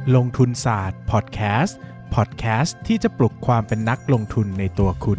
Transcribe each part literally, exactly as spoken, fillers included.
ลงทุนศาสตร์พอดแคสต์พอดแคสต์ที่จะปลุกความเป็นนักลงทุนในตัวคุณ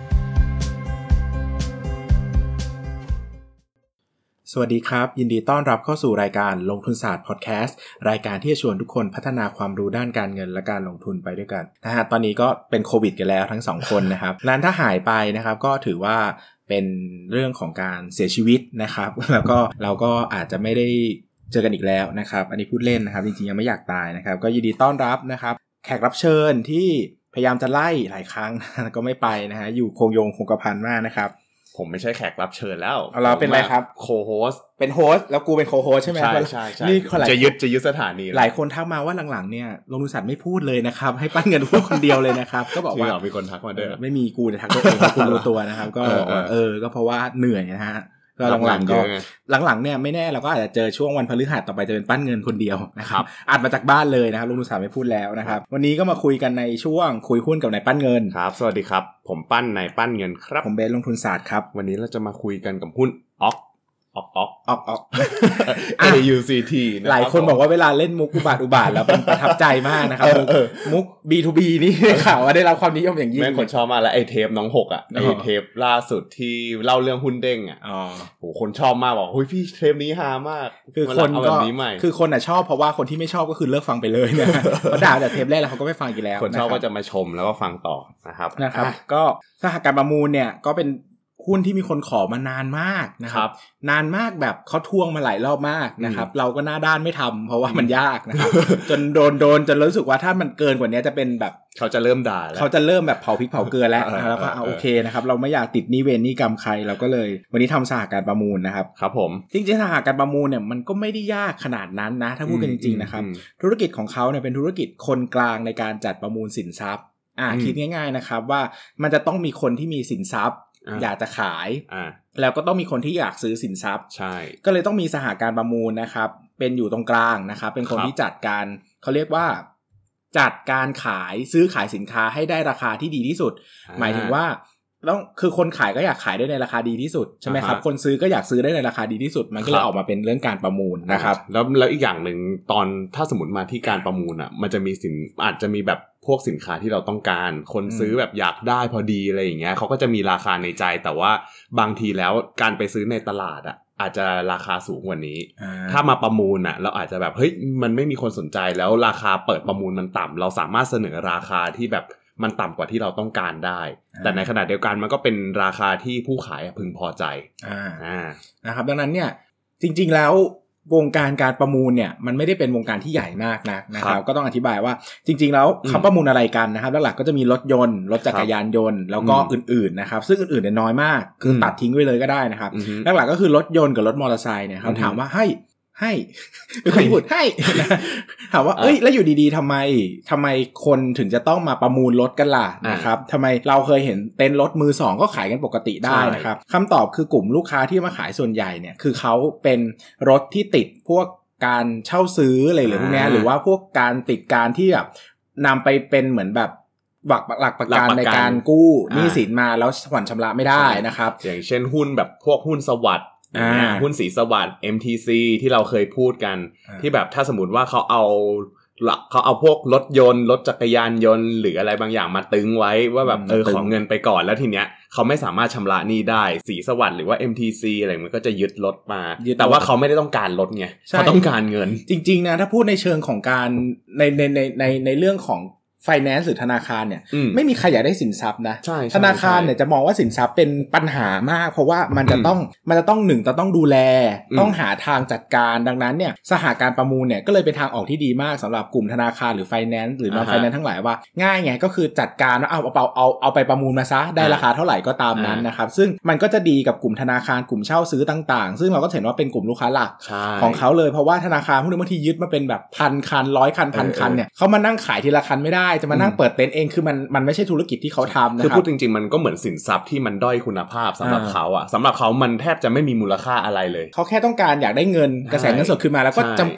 สวัสดีครับยินดีต้อนรับเข้าสู่รายการลงทุนศาสตร์พอดแคสต์รายการที่จะชวนทุกคนพัฒนาความรู้ด้านการเงินและการลงทุนไปด้วยกันนะฮะตอนนี้ก็เป็นโควิดกันแล้วทั้งสองคนนะครับนั้นถ้าหายไปนะครับก็ถือว่าเป็นเรื่องของการเสียชีวิตนะครับแล้วก็เราก็อาจจะไม่ได้เจอกันอีกแล้วนะครับอันนี้พูดเล่นนะครับจริงๆยังไม่อยากตายนะครับก็ยินดีต้อนรับนะครับแขกรับเชิญที่พยายามจะไล่หลายครั้งก็ไม่ไปนะฮะอยู่คงโยงคงกระพันมากนะครับผมไม่ใช่แขกรับเชิญแล้วเราเป็นอะไรครับโคโฮสต์เป็นโฮสต์แล้วกูเป็นโคโฮสต์ใช่ไหมใช่ใช่ใช่นี่จะยึดจะยึดสถานีหลายคนทักมาว่าหลังๆเนี่ยลงทุนศาสตร์ไม่พูดเลยนะครับให้ปั้นเงินพูดคนเดียวเลยนะครับก็บอกว่ามีคนทักมาด้วยไม่มีกูแต่ทักตัวเองกูรู้ตัวนะครับก็เออก็เพราะว่าเหนื่อยนะฮะก็หลังๆก็หลังๆเนี่ยไม่แน่เราก็อาจจะเจอช่วงวันพฤหัสต่อไปจะเป็นปั้นเงินคนเดียวนะครับอัดมาจากบ้านเลยนะครับลงทุนศาสตร์ไม่พูดแล้วนะครับวันนี้ก็มาคุยกันในช่วงคุยหุ้นกับนายปั้นเงินครับสวัสดีครับผมปั้นนายปั้นเงินครับผมเบสลงทุนศาสตร์ครับวันนี้เราจะมาคุยกันกับหุ้นออกออกออกออกออกเอ ยู ซี ทีหลายคนบอกว่าเวลาเล่นมุกอุบาทอุบาทแล้วเป็นประทับใจมากนะครับมุก บี ทู บี นี่ข่าวว่าได้รับความนิยมอย่างยิ่งแม่คนชอบมากแล้วไอ้เทปน้องหกอ่ะไอ้เทปล่าสุดที่เล่าเรื่องหุ้นเด้งอ่ะอ๋อโหคนชอบมากบอกเฮ้ยพี่เทปนี้ฮามากคือคนก็คือคนอ่ะชอบเพราะว่าคนที่ไม่ชอบก็คือเลิกฟังไปเลยนะเขาด่าแต่เทปแรกแล้วเขาก็ไม่ฟังอีกแล้วคนชอบก็จะมาชมแล้วก็ฟังต่อนะครับนะครับก็สหการประมูลเนี่ยก็เป็นหุ้นที่มีคนขอมานานมากนะครับนานมากแบบเขาทวงมาหลายรอบมากนะครับเราก็หน้าด้านไม่ทำเพราะว่ามันยากนะครับจนโดนโดนจนรู้สึกว่าถ้ามันเกินกว่านี้จะเป็นแบบเขาจะเริ่มด่าแล้วเขาจะเริ่มแบบเผาพริกเผาเกลือแล้วแล้วก็เอาโอเคนะครับเราไม่อยากติดหนี้เวรหนี้กรรมใครเราก็เลยวันนี้ทำสหการประมูลนะครับครับผมจริงๆสหการประมูลเนี่ยมันก็ไม่ได้ยากขนาดนั้นนะถ้าพูดกันจริงๆนะครับธุรกิจของเขาเนี่ยเป็นธุรกิจคนกลางในการจัดประมูลสินทรัพย์อ่าคิดง่ายๆนะครับว่ามันจะต้องมีคนที่มีสินทรัพย์อยากจะขายแล้วก็ต้องมีคนที่อยากซื้อสินทรัพย์ใช่ก็เลยต้องมีสหการประมูลนะครับเป็นอยู่ตรงกลางนะครับเป็นคนที่จัดการเขาเรียกว่าจัดการขายซื้อขายสินค้าให้ได้ราคาที่ดีที่สุดหมายถึงว่าต้องคือคนขายก็อยากขายได้ในราคาดีที่สุดใช่ไหมครับคนซื้อก็อยากซื้อได้ในราคาดีที่สุดมันก็เลยออกมาเป็นเรื่องการประมูลนะครับแล้วแล้วอีกอย่างนึงตอนถ้าสมมติมาที่การประมูลอ่ะมันจะมีสินอาจจะมีแบบพวกสินค้าที่เราต้องการคนซื้อแบบอยากได้พอดีอะไรอย่างเงี้ยเขาก็จะมีราคาในใจแต่ว่าบางทีแล้วการไปซื้อในตลาดอ่ะอาจจะราคาสูงกว่านี้ถ้ามาประมูลอ่ะเราอาจจะแบบเฮ้ยมันไม่มีคนสนใจแล้วราคาเปิดประมูลมันต่ำเราสามารถเสนอราคาที่แบบมันต่ำกว่าที่เราต้องการได้แต่ในขณะเดียวกันมันก็เป็นราคาที่ผู้ขายพึงพอใจอ่าอ่านะครับดังนั้นเนี่ยจริงๆแล้ววงการการประมูลเนี่ยมันไม่ได้เป็นวงการที่ใหญ่มากนักนะครับก็ต้องอธิบายว่าจริงๆแล้วเขาประมูลอะไรกันนะครับหลักๆก็จะมีรถยนต์รถจักรยานยนต์แล้วก็อื่นๆนะครับซึ่งอื่นๆเนี่ยน้อยมากคือตัดทิ้งไว้เลยก็ได้นะครับหลักๆก็คือรถยนต์กับรถมอเตอร์ไซค์เนี่ยเขาถามว่าให้ให้ให้พูดให้ถามว่าเอ้ยแล้วอยู่ดีๆทำไมทำไมคนถึงจะต้องมาประมูลรถกันล่ะนะครับทำไมเราเคยเห็นเต็นท์รถมือสองก็ขายกันปกติได้นะครับคำตอบคือกลุ่มลูกค้าที่มาขายส่วนใหญ่เนี่ยคือเขาเป็นรถที่ติดพวกการเช่าซื้ออะไรหรือพวกนี้หรือว่าพวกการติดการที่แบบนำไปเป็นเหมือนแบบหลักหลักประกันในการกู้หนี้สินมาแล้วผ่อนชำระไม่ได้นะครับอย่างเช่นหุ้นแบบพวกหุ้นสวัสดิ์หุ้นสีสวัสดิ์ เอ็ม ที ซี ที่เราเคยพูดกันที่แบบถ้าสมมุติว่าเขาเอาเขาเอาพวกรถยนต์รถจักรยานยนต์หรืออะไรบางอย่างมาตึงไว้ว่าแบบเออขอเงินไปก่อนแล้วทีเนี้ยเขาไม่สามารถชำระหนี้ได้สีสวัสดิ์หรือว่า เอ็ม ที ซี อะไรมันก็จะยึดรถมาแต่ว่าเขาไม่ได้ต้องการรถไงเขาต้องการเงินจริงๆนะถ้าพูดในเชิงของการในในในในในเรื่องของfinance หรือธนาคารเนี่ยไม่มีใครอยากได้สินทรัพย์นะธนาคารเนี่ยจะมองว่าสินทรัพย์เป็นปัญหามากเพราะว่ามันจะต้องมันจะต้องหนึ่งจะต้องดูแลต้องหาทางจัดการดังนั้นเนี่ยสหการประมูลเนี่ยก็เลยเป็นทางออกที่ดีมากสำหรับกลุ่มธนาคารหรือ finance หรือ non finance ทั้งหลายว่าง่ายไงก็คือจัดการว่าเอาเอาเอาเอาไปประมูลมาซะได้ราคาเท่าไหร่ก็ตามนั้นนะครับซึ่งมันก็จะดีกับกลุ่มธนาคารกลุ่มเช่าซื้อต่างๆซึ่งเราก็เห็นว่าเป็นกลุ่มลูกค้าหลักของเขาเลยเพราะว่าธนาคารพวกนี้บางทียึดมาเป็นแบบพันคันร้อยคันพันคันเนี่ยเขามานั่งขายทีละคันไม่ได้จะมานั่งเปิดเต็นท์เองคือมันมันไม่ใช่ธุรกิจที่เขาทำนะครับคือพูดจริงๆมันก็เหมือนสินทรัพย์ที่มันด้อยคุณภาพสำหรับเขาอ่ะสำหรับเขามันแทบจะไม่มีมูลค่าอะไรเลยเขาแค่ต้องการอยากได้เงินกระแสเงินสดขึ้นมาแล้วก็จำกัด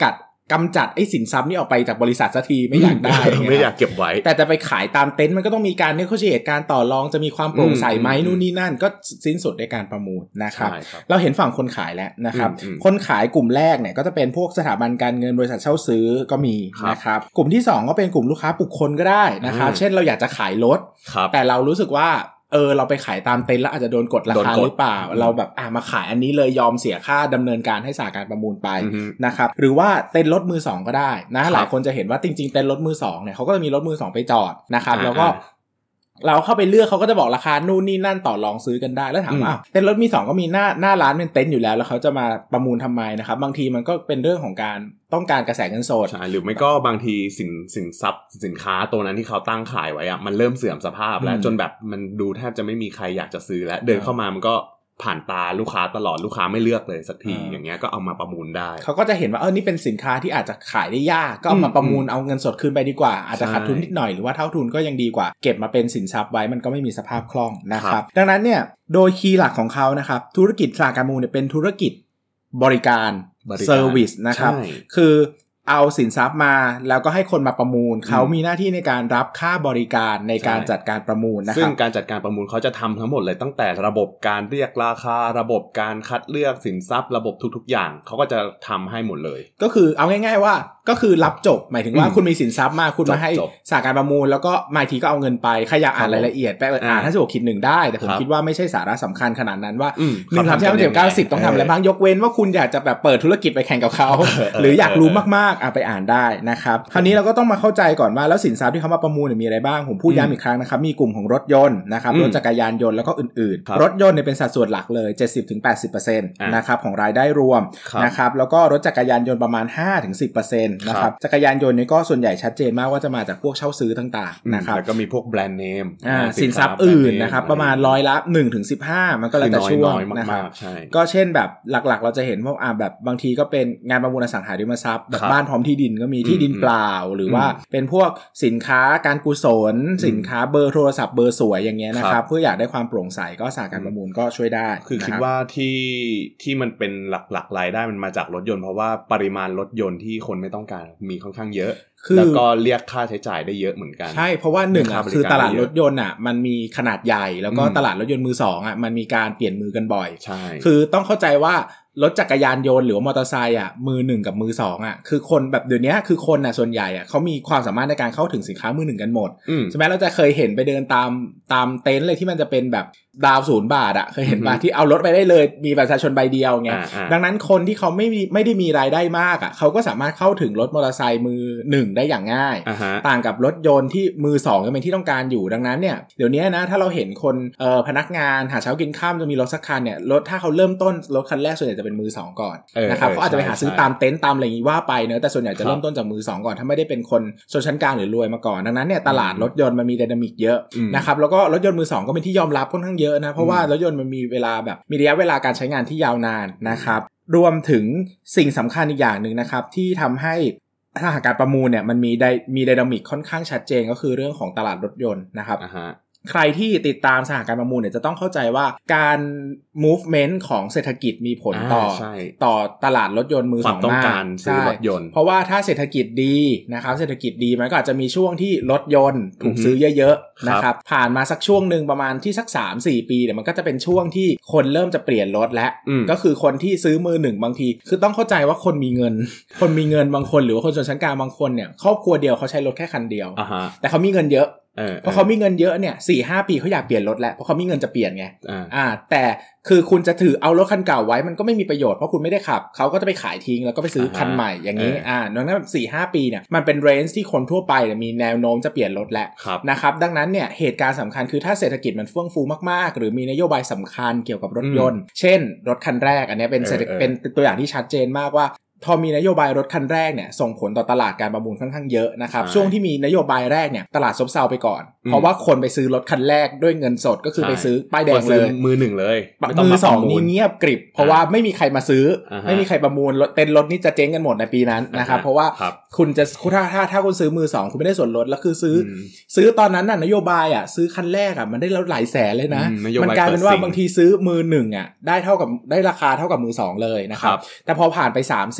กำจัดไอ้สินทรัพย์นี่ออกไปจากบริษัทสักทีไม่อยากได้ไม่อยากเก็บไว้แต่จะไปขายตามเต็นท์มันก็ต้องมีการเนโกชิเอทการต่อรองจะมีความโปร่งใสไหมนู่นนี่นั่นก็สิ้นสุดในการประมูลนะครับเราเห็นฝั่งคนขายแล้วนะครับคนขายกลุ่มแรกเนี่ยก็จะเป็นพวกสถาบันการเงินบริษัทเช่าซื้อก็มีนะครับกลุ่มที่สองก็เป็นกลุ่มลูกค้าบุคคลก็ได้นะครับเช่นเราอยากจะขายรถแต่เรารู้สึกว่าเออเราไปขายตามเต็นท์แล้วอาจจะโดนกดราคาหรือเปล่าเราแบบอ่ะมาขายอันนี้เลยยอมเสียค่าดำเนินการให้สหการประมูลไปนะครับหรือว่าเต็นท์รถมือสองก็ได้นะหลายคนจะเห็นว่าจริงๆเต็นท์รถมือสองเนี่ยเขาก็จะมีรถมือสองไปจอดนะครับแล้วก็เราเข้าไปเลือกเขาก็จะบอกราคานู่นนี่นั่นต่อรองซื้อกันได้แล้วถามว่าอ้าวเต็นท์รถมีสองก็มีหน้าหน้าร้านเป็นเต็นท์อยู่แล้วแล้วเขาจะมาประมูลทำไมนะครับบางทีมันก็เป็นเรื่องของการต้องการกระแสเงินสดใช่หรือไม่ก็บางทีสินสินทรัพย์สินค้าตัวนั้นที่เขาตั้งขายไว้อะมันเริ่มเสื่อมสภาพแล้วจนแบบมันดูแทบจะไม่มีใครอยากจะซื้อแล้วเดินเข้ามามันก็ผ่านตาลูกค้าตลอดลูกค้าไม่เลือกเลยสักทีอย่างเงี้ยก็เอามาประมูลได้เขาก็จะเห็นว่าเออนี่เป็นสินค้าที่อาจจะขายได้ยากก็เอามาประมูลเอาเงินสดคืนไปดีกว่าอาจจะขาดทุนนิดหน่อยหรือว่าเท่าทุนก็ยังดีกว่าเก็บมาเป็นสินทรัพย์ไว้มันก็ไม่มีสภาพคล่องนะครับดังนั้นเนี่ยโดยคีย์หลักของเขานะครับธุรกิจสหการประมูลเนี่ยเป็นธุรกิจบริการเซอร์วิสนะครับคือเอาสินทรัพย์มาแล้วก็ให้คนมาประมูลเขามีหน้าที่ในการรับค่าบริการในการจัดการประมูลนะครับซึ่งการจัดการประมูลเขาจะทำทั้งหมดเลยตั้งแต่ระบบการเรียกราคาระบบการคัดเลือกสินทรัพย์ระบบทุกๆอย่างเขาก็จะทำให้หมดเลยก็คือเอาง่ายๆว่าก็คือรับจบหมายถึงว่าคุณมีสินทรัพย์มาคุณมาให้สหการประมูลแล้วก็มาทีก็เอาเงินไปใครอยากอ่านรายละเอียดไปอ่านห้าสิบหกขีดหนึ่งได้แต่ผมคิดว่าไม่ใช่สาระสำคัญขนาดนั้นว่าหนึ่งทำเท่าเดียวเก้าสิบต้องทำอะไรบ้างยกเว้นว่าคุณอยากจะแบบเปิดธุรกิจไปแข่งกับเขาหรืออยากรู้มากๆอ่ะไปอ่านได้นะครับคราวนี้เราก็ต้องมาเข้าใจก่อนว่าแล้วสินทรัพย์ที่เขามาประมูลมีอะไรบ้างผมพูดย้ำอีกครั้งนะครับมีกลุ่มของรถยนต์นะครับรถจักรยานยนต์แล้วก็อื่นๆรถยนต์เนี่ยเป็นสัดส่วนหลักเลย เจ็ดสิบถึงแปดสิบเปอร์เซ็นต์ นะครับของรายได้รวมนะครับแล้วก็รถจักรยานยนต์ประมาณ ห้าถึงสิบเปอร์เซ็นต์ นะครับจักรยานยนต์นี่ก็ส่วนใหญ่ชัดเจนมากว่าจะมาจากพวกเช่าซื้อต่างๆนะครับแล้วก็มีพวกแบรนด์เนมอ่าสินทรัพย์อื่นนะครับประมาณร้อยละ หนึ่งถึงสิบห้า มันก็แล้วแต่ช่วงนะครับก็เช่นแบบหลักๆเราจะเห็นพวกอ่าแบบบางทีก็เป็นงานประมูลอสังหาริมทรัพย์แบบบ้านพร้อมที่ดินก็มีที่ดินเปล่าหรือว่าเป็นพวกสินค้าการกุศลสินค้าเบอร์โทรศัพท์เบอร์สวยอย่างเงี้ยนะครับเพื่ออยากได้ความโปร่งใสก็สหการประมูลก็ช่วยได้คือคิดว่าที่ที่มันเป็นหลักๆรายได้มันมาจากรถยนต์เพราะว่าปริมาณรถยนต์ที่คนไม่ต้องการมีค่อนข้างเยอะแล้วก็เรียกค่าใช้จ่ายได้เยอะเหมือนกันใช่เพราะว่าหนึ่งอ่ะคือตลาดรถยนต์อ่ะมันมีขนาดใหญ่แล้วก็ตลาดรถยนต์มือสองอ่ะมันมีการเปลี่ยนมือกันบ่อยใช่คือต้องเข้าใจว่ารถจักรยานยนต์หรือว่ามอเตอร์ไซค์อ่ะมือหนึ่งกับมือสองอ่ะคือคนแบบเดี๋ยวนี้คือคนอ่ะส่วนใหญ่อ่ะเขามีความสามารถในการเข้าถึงสินค้ามือหนึ่งกันหมดใช่ไหมเราจะเคยเห็นไปเดินตามตามเต็นท์เลยที่มันจะเป็นแบบดาวศูนย์บาทอ่ะเคยเห็นป่ะที่เอารถไปได้เลยมีบัตรประชาชนใบเดียวไงดังนั้นคนที่เขาไม่ไม่ได้มีรายได้มากอ่ะเขาก็สามารถเข้าถึงรถมอเตอร์ไซค์มือหนึ่งได้อย่างง่ายต่างกับรถยนต์ที่มือสองก็เป็นที่ต้องการอยู่ดังนั้นเนี่ยเดี๋ยวนี้นะถ้าเราเห็นคนเอ่อพนักงานหาเช้ากินข้ามจะมีรถสักคันเนี่ยรถถ้าเขาเริ่มต้นรถคันแรกส่วนใหญ่จะเป็นมือสองก่อนนะครับเขาอาจจะไปหาซื้อตามเต็นท์ตามอะไรอย่างนี้ว่าไปเนอะแต่ส่วนใหญ่จะเริ่มต้นจากมือสองก่อนถ้าไม่ได้เป็นคนชนชั้นกลางหรือรวยมาก่อนดังนั้นเนี่ยตลาดรถยนต์มันมีไดนามิกเยอะนะครับแล้วก็รถยนต์มือสองก็เป็นที่ยอมรับค่อนข้างเยอะนะเพราะว่ารถยนต์มันมีเวลาแบบมีระยะเวลาการใช้งานที่ยาวนานนะครับรวมถึงสิ่งสำคัญอีกอย่างนึงนะครับที่ทำให้ถ้าหากการประมูลเนี่ยมันมีไดมีไดนามิกค่อนข้างชัดเจนก็คือเรื่องของตลาดรถยนต์นะครับ uh-huh. ใครที่ติดตามสหการประมูลเนี่ยจะต้องเข้าใจว่าการ movement ของเศรษฐกิจมีผลต่อต่อตลาดรถยนต์มือสองมากซื้อรถยนต์เพราะว่าถ้าเศรษฐกิจดีนะครับเศรษฐกิจดีมันก็อาจจะมีช่วงที่รถยนต์ถูกซื้อเยอะๆนะครับผ่านมาสักช่วงนึงประมาณที่สัก สามถึงสี่ ปีเนี่ยมันก็จะเป็นช่วงที่คนเริ่มจะเปลี่ยนรถแล้วก็คือคนที่ซื้อมือหนึ่งบางทีคือต้องเข้าใจว่าคนมีเงินคนมีเงินบางคนหรือว่าคนชนชั้นกลางบางคนเนี่ยครอบครัวเดียวเขาใช้รถแค่คันเดียว uh-huh. แต่เขามีเงินเยอะเพราะเขามีเงินเยอะเนี่ย สี่ห้า ปีเขาอยากเปลี่ยนรถแล้วเพราะเขามีเงินจะเปลี่ยนไงอ่าแต่คือคุณจะถือเอารถคันเก่าไว้มันก็ไม่มีประโยชน์เพราะคุณไม่ได้ขับเขาก็จะไปขายทิ้งแล้วก็ไปซื้อคันใหม่อย่างนี้อ่าดังนั้น สี่ห้า ปีเนี่ยมันเป็นเรนจ์ที่คนทั่วไปมีแนวโน้มจะเปลี่ยนรถแล้วนะครับดังนั้นเนี่ยเหตุการณ์สำคัญคือถ้าเศรษฐกิจมันเฟื่องฟูมากๆหรือมีนโยบายสำคัญเกี่ยวกับรถยนต์เช่นรถคันแรกอันนี้เป็นเป็นตัวอย่างที่ชัดเจนมากว่าพอมีนโยบายรถคันแรกเนี่ยส่งผลต่อตลาดการประมูลค่อนข้างเยอะนะครับช่วงที่มีนโยบายแรกเนี่ยตลาดซบเซาไปก่อนเพราะว่าคนไปซื้อรถคันแรกด้วยเงินสดก็คือไปซื้อป้ายแดงเลยมือหนึ่งเลยมือสองนี่เงียบกริบเพราะว่าไม่มีใครมาซื้อไม่มีใครประมูลรถเต็นท์รถนี่จะเจ๊งกันหมดในปีนั้นนะครับเพราะว่าคุณจะถ้าถ้าถ้าคุณซื้อมือสองคุณไม่ได้ส่วนลดแล้วคือซื้อซื้อตอนนั้นน่ะนโยบายอ่ะซื้อคันแรกอ่ะมันได้แล้วหลายแสนเลยนะมันกลายเป็นว่าบางทีซื้อมือหนึ่งอ่ะได้เท่ากับได้ราคาเท่ากับมือสองเลยนะครับแต่พอผ่านไป สามถึงสี่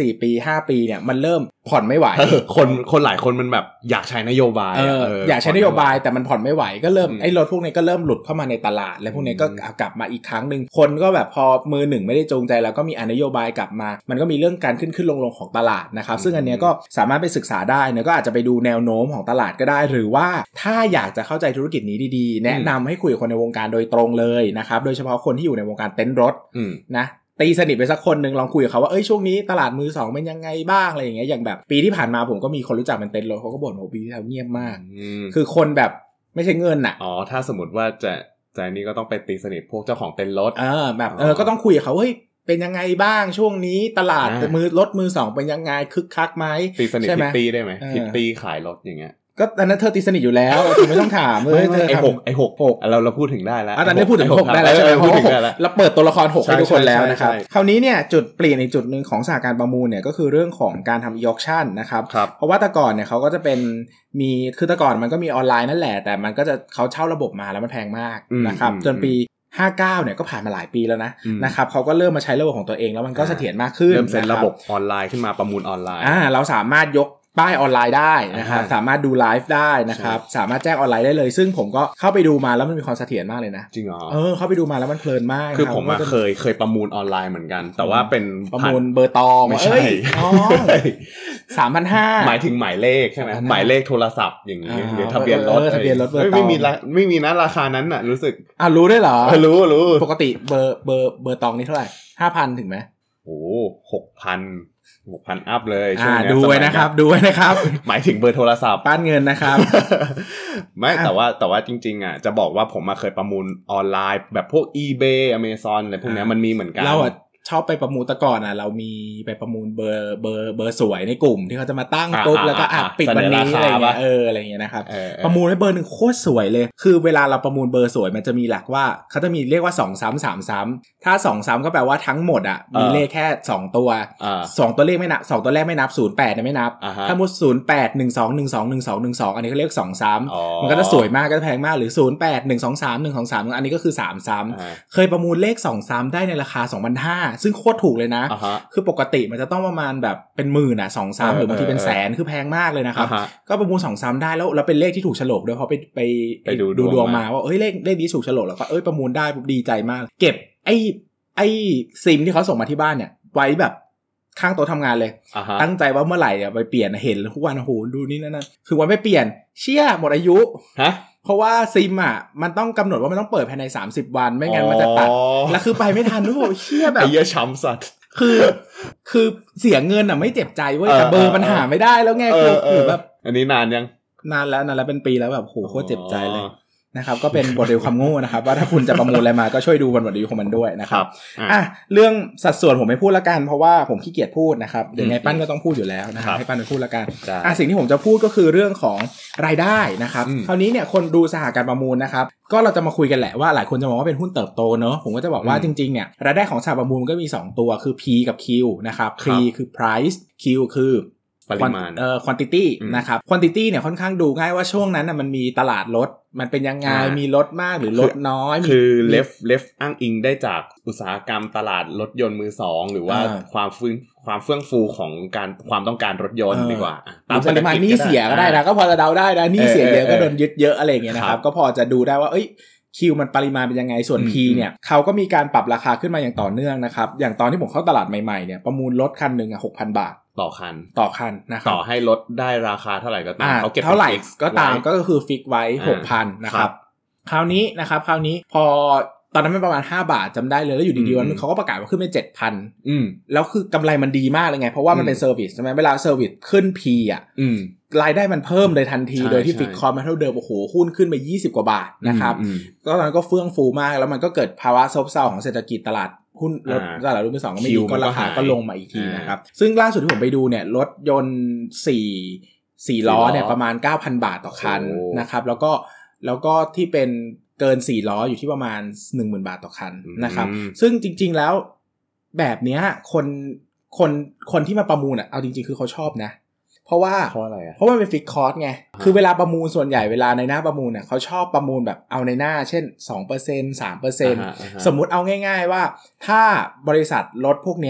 สี่ปีห้าปีเนี่ยมันเริ่มผ่อนไม่ไหวคนคนหลายคนมันแบบอยากใช้นโยบายเออเอออยากใช้นโยบายแต่มันผ่อนไม่ไหวก็เริ่มไอ้รถพวกนี้ก็เริ่มหลุดเข้ามาในตลาดแล้วพวกนี้ก็กลับมาอีกครั้งนึงคนก็แบบพอมือหนึ่งไม่ได้จูงใจแล้วก็มีนโยบายกลับมามันก็มีเรื่องการขึ้นขึ้นลงลงของตลาดนะครับซึ่งอันเนี้ยก็สามารถไปศึกษาได้นะก็อาจจะไปดูแนวโน้มของตลาดก็ได้หรือว่าถ้าอยากจะเข้าใจธุรกิจนี้ดีๆแนะนำให้คุยกับคนในวงการโดยตรงเลยนะครับโดยเฉพาะคนที่อยู่ในวงการเต็นท์รถนะตีสนิทไปสักคนนึงลองคุยกับเขาว่าเอ้ยช่วงนี้ตลาดมือสองเป็นยังไงบ้างอะไรอย่างเงี้ยอย่างแบบปีที่ผ่านมาผมก็มีคนรู้จักเป็นเต็นท์รถเขาก็บ่นว่าปีที่แล้วเงียบมากคือคนแบบไม่ใช่เงินน่ะอ๋อถ้าสมมติว่าจะจะนี่ก็ต้องไปตีสนิทพวกเจ้าของเต็นท์รถเออแบบเออก็ต้องคุยกับเขาเฮ้ยเป็นยังไงบ้างช่วงนี้ตลาดมือรถมือสองเป็นยังไงคึกคักไหมตีสนิทพิตตี้ได้ไหมพิตตี้ขายรถอย่างเงี้ยก็ตอนนั้นเธอตีสนิทอยู่แล้วคุณไม่ต้องถามเลยเธอไอ้หกไอ้หกเราเราพูดถึงได้แล้วตอนนี้พูดถึงหกได้แล้วใช่ไหมเพราะว่าเราเปิดตัวละครหกให้ทุกคนแล้วนะครับคราวนี้เนี่ยจุดเปลี่ยนในจุดนึงของสหการประมูลเนี่ยก็คือเรื่องของการทำ e-auction นะครับเพราะว่าแต่ก่อนเนี่ยเขาก็จะเป็นมีคือแต่ก่อนมันก็มีออนไลน์นั่นแหละแต่มันก็จะเขาเช่าระบบมาแล้วมันแพงมากนะครับจนปีห้าสิบเก้าเนี่ยก็ผ่านมาหลายปีแล้วนะนะครับเขาก็เริ่มมาใช้ระบบของตัวเองแล้วมันก็เสถียรมากขึ้นเริ่มเซ็นระบบออนไลน์ขึ้นมาประมูลออนไลน์อ่าเราสามารถยกป้ายออนไลน์ได้นะครับสามารถดูไลฟ์ได้นะครับสามารถแจ้งออนไลน์ได้เลยซึ่งผมก็เข้าไปดูมาแล้วมันมีความเสถียรมากเลยนะจริงเหรอเออเข้าไปดูมาแล้วมันเพลินมากคือผมเคยเคยประมูลออนไลน์เหมือนกันแต่ว่าเป็นประมูลเบอร์ตองไม่ใช่อ๋อ สามพันห้าร้อยหมายถึงหมายเลขใช่ไหมหมายเลขโทรศัพท์อย่างนี้หรือทะเบียนรถทะเบียนรถเบอร์ตองไม่มีไม่มีนะราคานั้นน่ะรู้สึกอ่ะรู้ได้เหรอรู้รู้ปกติเบอร์เบอร์เบอร์ตองนี่เท่าไหร่ ห้าพัน ถึงไหมโอ้ หกพันหกพัน อัพเลยช่วงนี้ดูไว้นะครับดูไว้นะครับหมายถึงเบอร์โทรศัพท์ป้านเงินนะครับไม่แต่ว่าแต่ว่าจริงๆอ่ะจะบอกว่าผมมาเคยประมูลออนไลน์แบบพวก eBay Amazon อะไรพวกนี้มันมีเหมือนกันเราอ่ะชอบไปประมูลตะก่อนอ่ะเรามีไปประมูลเบอร์เบอร์เบอร์สวยในกลุ่มที่เขาจะมาตั้งปุ๊บแล้วก็อ่ะปิดวันนี้อะไรเงี้ยเอออะไรเงี้ยนะครับประมูลให้เบอร์นึงโคตรสวยเลยคือเวลาเราประมูลเบอร์สวยมันจะมีหลักว่าเขาจะมีเรียกว่าสองซ้ำสามซ้ำถ้าสองซ้ำก็แปลว่าทั้งหมดอ่ะมีเลขแค่สองตัวสองตัวเลขไม่นับสองตัวแรกไม่นับศูนย์ แปดเนี่ยไม่นับถ้ามุดศูนย์ แปด หนึ่ง สอง หนึ่ง สอง หนึ่ง สอง หนึ่ง สองอันนี้เขาเรียกสองซ้ำมันก็จะสวยมากก็จะแพงมากหรือศูนย์ แปด หนึ่ง สอง สาม หนึ่ง สอง สามอันนี้ก็คือสามซ้ำเคยประมูลเลขสองซ้ำได้ในราคา สองพันห้าร้อย ซึ่งโคตรถูกเลยนะUh-huh. คือปกติมันจะต้องประมาณแบบเป็นหมื่นอ่ะสองซ้ำหรือบางทีเป็นแสนคือแพงมากเลยนะครับ uh-huh. ก็ประมูลสองซ้ำได้แล้วแล้วเป็นเลขที่ถูกโฉลกด้วยเพราะไปไปไปดูดูดวงมาว่าเอ้ยเลขเลขนี้ถูกโฉลกแล้วก็เอ้ยประมูลได้ดีใจมากเก็บไอ้ไอ้ซิมที่เขาส่งมาที่บ้านเนี่ยไว้แบบข้างโต๊ะทำงานเลย uh-huh. ตั้งใจว่าเมื่อไหร่อ่ะไปเปลี่ยนเห็นทุกวันโอ้โหดูนี่นั่นคือวันไม่เปลี่ยนเชี่ยหมดอายุฮะเพราะว่าซิมอ่ะมันต้องกำหนดว่ามันต้องเปิดภายในสามสิบวันไม่งั้นมันจะตัดแล้วคือไปไม่ทันทุกคนเชี่ยแบบไอ้เหี้ยช้ำสัตว์คือคือเสียเงินอ่ะไม่เจ็บใจเว้ยแต่เบอร์มันหาไม่ได้แล้วไงคือแบบอันนี้นานยังนานแล้วนานแล้วเป็นปีแล้วแบบโหโคตรเจ็บใจเลยนะครับก็เป็นบทเรียนความโง่นะครับว่าถ้าคุณจะประมูลอะไรมาก็ช่วยดูบทเรียนของมันด้วยนะครับอ่ะเรื่องสัดส่วนผมไม่พูดละกันเพราะว่าผมขี้เกียจพูดนะครับเดี๋ยวไงปั้นก็ต้องพูดอยู่แล้วนะครับให้ปั้นไปพูดละกันอ่ะสิ่งที่ผมจะพูดก็คือเรื่องของรายได้นะครับคราวนี้เนี่ยคนดูสหการประมูลนะครับก็เราจะมาคุยกันแหละว่าหลายคนจะมองว่าเป็นหุ้นเติบโตเนอะผมก็จะบอกว่าจริงๆเนี่ยรายได้ของสหประมูลก็มีสองตัวคือ P กับ Q นะครับ P คือ price Q คือปริมาณเอ่อ quantity นะครับ quantity เนี่ยค่อนข้างดูง่ายว่าช่วงนั้นน่ะมันมีตลาดรถมันเป็นยังไงมีรถมากหรือรถน้อยคือ left left อ้างอิงได้จากอุตสาหกรรมตลาดรถยนต์มือสองหรือว่าความฟื้นความเฟื่องฟูของการความต้องการรถยนต์ดีกว่าตามปริมาณหนี้เสียก็ได้นะก็พอจะเดาได้นะหนี้เสียเยอะก็โดนยึดเยอะอะไรอย่างเงี้ยนะครับก็พอจะดูได้ว่าเอ้ยคิวมันปริมาณเป็นยังไงส่วน P เนี่ยเขาก็มีการปรับราคาขึ้นมาอย่างต่อเนื่องนะครับอย่างตอนที่ผมเข้าตลาดใหม่ๆเนี่ยประมูลรถคันนึงอ่ะ หกพัน บาทต่อคันต่อคันนะครับต่อให้รถได้ราคาเท่าไหร่ก็ตามเขาเก็บเท่าไหร่ก็ตามก็คือฟิกไว้ หกพัน นะครับคราวนี้นะครับคราวนี้พอตอนนั้นมันประมาณห้าบาทจำได้เลยแล้วอยู่ดีๆวันนึงเขาก็ประกาศว่าขึ้นไป เจ็ดพัน อืมแล้วคือกำไรมันดีมากเลยไงเพราะว่ามันเป็นเซอร์วิสใช่มั้ยเวลาเซอร์วิสขึ้น P อ่ะอืมรายได้มันเพิ่มเลยทันทีโดยที่ฟิกคอร์สมันเท่าเดิมโอ้โหหุ้นขึ้นไปยี่สิบกว่าบาทนะครับก็ตอนนั้นก็เฟื่องฟูมากแล้วมันก็เกิดภาวะซบเซาของเศรษฐกิจตลาดหุ้นรถตลาดรุ่นที่สองก็ไม่ดีก็ราคาก็ลงมาอีกทีนะครับซึ่งล่าสุดที่ผมไปดูเนี่ยรถยนต์สี่ สี่ล้อเนี่ยประมาณ เก้าพัน บาทต่อคันนะครับแล้วก็แล้วก็ที่เป็นเกินสี่ล้ออยู่ที่ประมาณ หนึ่งหมื่น บาทต่อคันนะครับซึ่งจริงๆแล้วแบบเนี้ยคนคนคนที่มาประมูลอ่ะเอาจริงๆคือเขาชอบนะเพราะว่าเพราะอะไรอ่ะเพราะว่ามันเป็นฟิกคอร์สไงคือเวลาประมูลส่วนใหญ่เวลาในหน้าประมูลเนี่ยเขาชอบประมูลแบบเอาในหน้าเช่น สองเปอร์เซ็นต์ สามเปอร์เซ็นต์ สมมุติเอาง่ายๆว่าถ้าบริษัทรถพวกเนี้ย